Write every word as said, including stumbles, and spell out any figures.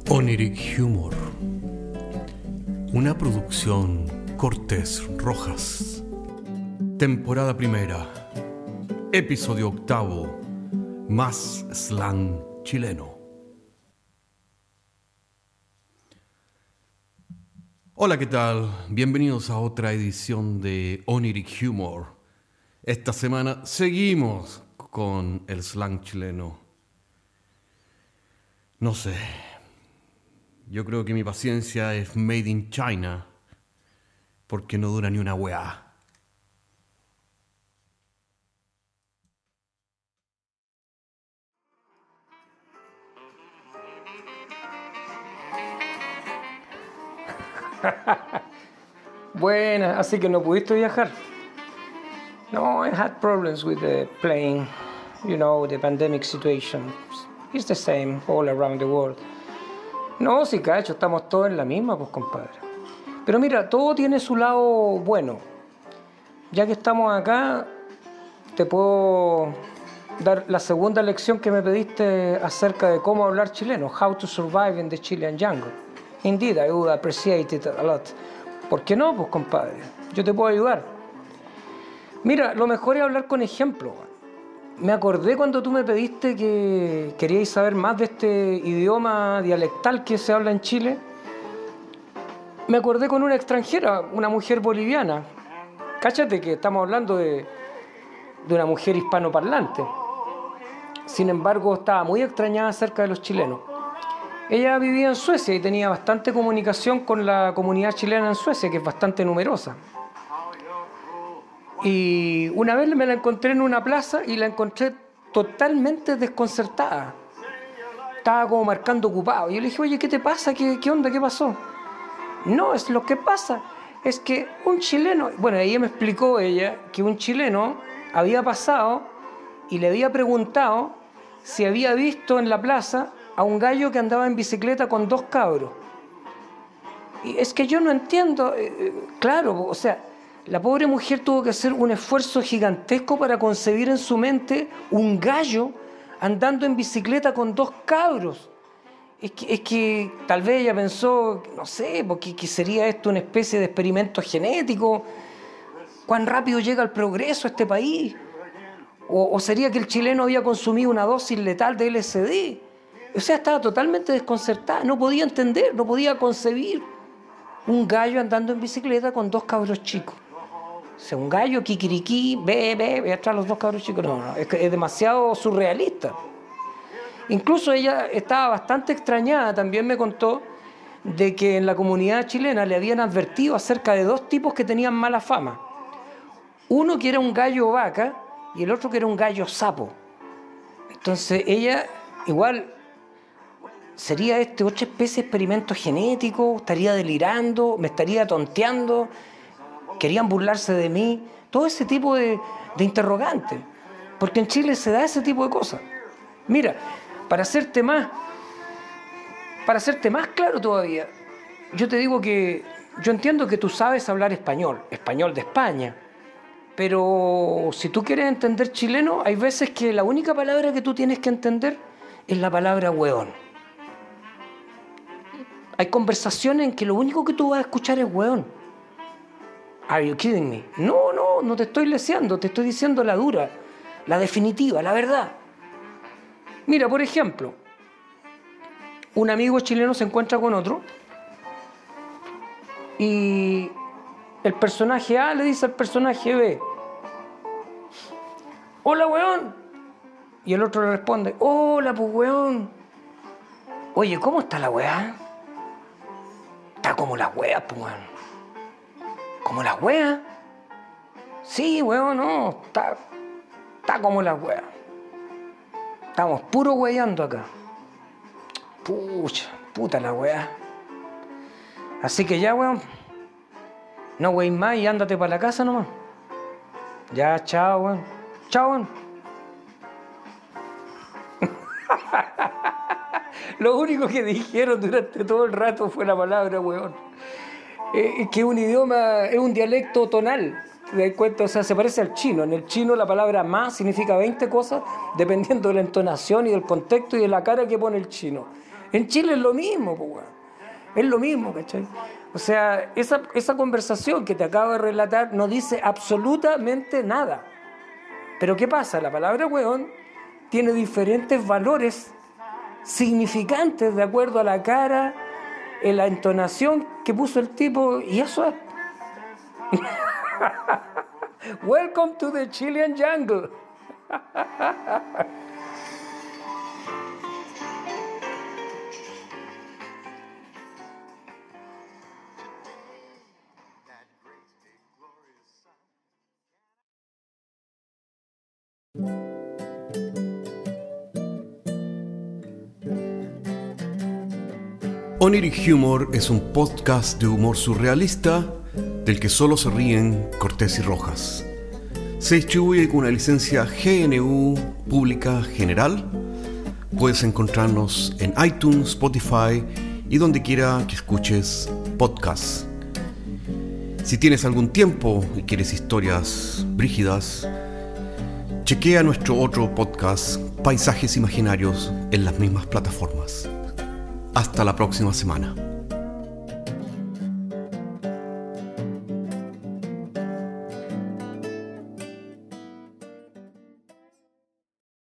Oniric Humor, una producción Cortés Rojas, temporada primera, episodio octavo, más slang chileno. Hola, ¿qué tal? Bienvenidos a otra edición de Oniric Humor. Esta semana seguimos con el slang chileno. No sé, yo creo que mi paciencia es made in China, porque no dura ni una weá. Buena, así que no pudiste viajar. No, I had problems with the plane. You know, the pandemic situation. It's the same all around the world. No, sí, cacho, estamos todos en la misma, pues, compadre. Pero mira, todo tiene su lado bueno. Ya que estamos acá, te puedo dar la segunda lección que me pediste acerca de cómo hablar chileno. How to survive in the Chilean jungle. Indeed, I would appreciate it a lot. ¿Por qué no? Pues, compadre, yo te puedo ayudar. Mira, lo mejor es hablar con ejemplos. Me acordé cuando tú me pediste que queríais saber más de este idioma dialectal que se habla en Chile. Me acordé con una extranjera, una mujer boliviana. Cáchate que estamos hablando de, de una mujer hispanoparlante. Sin embargo, estaba muy extrañada acerca de los chilenos. Ella vivía en Suecia y tenía bastante comunicación con la comunidad chilena en Suecia, que es bastante numerosa. Y una vez me la encontré en una plaza y la encontré totalmente desconcertada. Estaba como marcando ocupado. Y yo le dije, oye, ¿qué te pasa? ¿Qué, qué onda? ¿Qué pasó? No, es lo que pasa. Es que un chileno... Bueno, ella me explicó, ella, que un chileno había pasado y le había preguntado si había visto en la plaza a un gallo que andaba en bicicleta con dos cabros. Y es que yo no entiendo, eh, claro, o sea, la pobre mujer tuvo que hacer un esfuerzo gigantesco para concebir en su mente un gallo andando en bicicleta con dos cabros. Es que, es que tal vez ella pensó, no sé, porque que sería esto una especie de experimento genético. ¿Cuán rápido llega el progreso a este país? O, o sería que el chileno había consumido una dosis letal de L S D. O sea, estaba totalmente desconcertada, no podía entender, no podía concebir un gallo andando en bicicleta con dos cabros chicos. O sea, un gallo kikiriquí, ve, ve, ve atrás los dos cabros chicos. No, no, es, es demasiado surrealista. Incluso ella estaba bastante extrañada, también me contó, de que en la comunidad chilena le habían advertido acerca de dos tipos que tenían mala fama. Uno que era un gallo vaca y el otro que era un gallo sapo. Entonces ella, igual... ¿Sería este otra especie de experimento genético? ¿Estaría delirando? ¿Me estaría tonteando? ¿Querían burlarse de mí? Todo ese tipo de, de interrogantes. Porque en Chile se da ese tipo de cosas. Mira, para hacerte más, para hacerte más claro todavía, yo te digo que yo entiendo que tú sabes hablar español, español de España. Pero si tú quieres entender chileno, hay veces que la única palabra que tú tienes que entender es la palabra hueón. Hay conversaciones en que lo único que tú vas a escuchar es hueón. Are you kidding me? No, no, no te estoy leseando, te estoy diciendo la dura, la definitiva, la verdad. Mira, por ejemplo, un amigo chileno se encuentra con otro y el personaje A le dice al personaje B, hola, hueón. Y el otro le responde, hola, pues, hueón. Oye, ¿cómo está la weá? Está como las weas, pues, weón. ¿Como las weas? Sí, weón, no. Está, está como las weas. Estamos puro weando acá. Pucha, puta la wea. Así que ya, weón. No weis más y ándate para la casa nomás. Ya, chao, weón. Chao, weón. Lo único que dijeron durante todo el rato fue la palabra weón. Eh, es que un idioma es un dialecto tonal. ¿Te das cuenta? O sea, se parece al chino. En el chino la palabra más significa veinte cosas dependiendo de la entonación y del contexto y de la cara que pone el chino. En Chile es lo mismo, pues, weón. Es lo mismo, ¿cachai? O sea, esa, esa conversación que te acabo de relatar no dice absolutamente nada. Pero ¿qué pasa? La palabra weón tiene diferentes valores significantes de acuerdo a la cara, en la entonación que puso el tipo, y eso es. Welcome to the Chilean jungle. Oniric Humor es un podcast de humor surrealista del que solo se ríen Cortés y Rojas. Se distribuye con una licencia G N U Pública General. Puedes encontrarnos en iTunes, Spotify y donde quiera que escuches podcasts. Si tienes algún tiempo y quieres historias brígidas, chequea nuestro otro podcast, Paisajes Imaginarios, en las mismas plataformas. Hasta la próxima semana.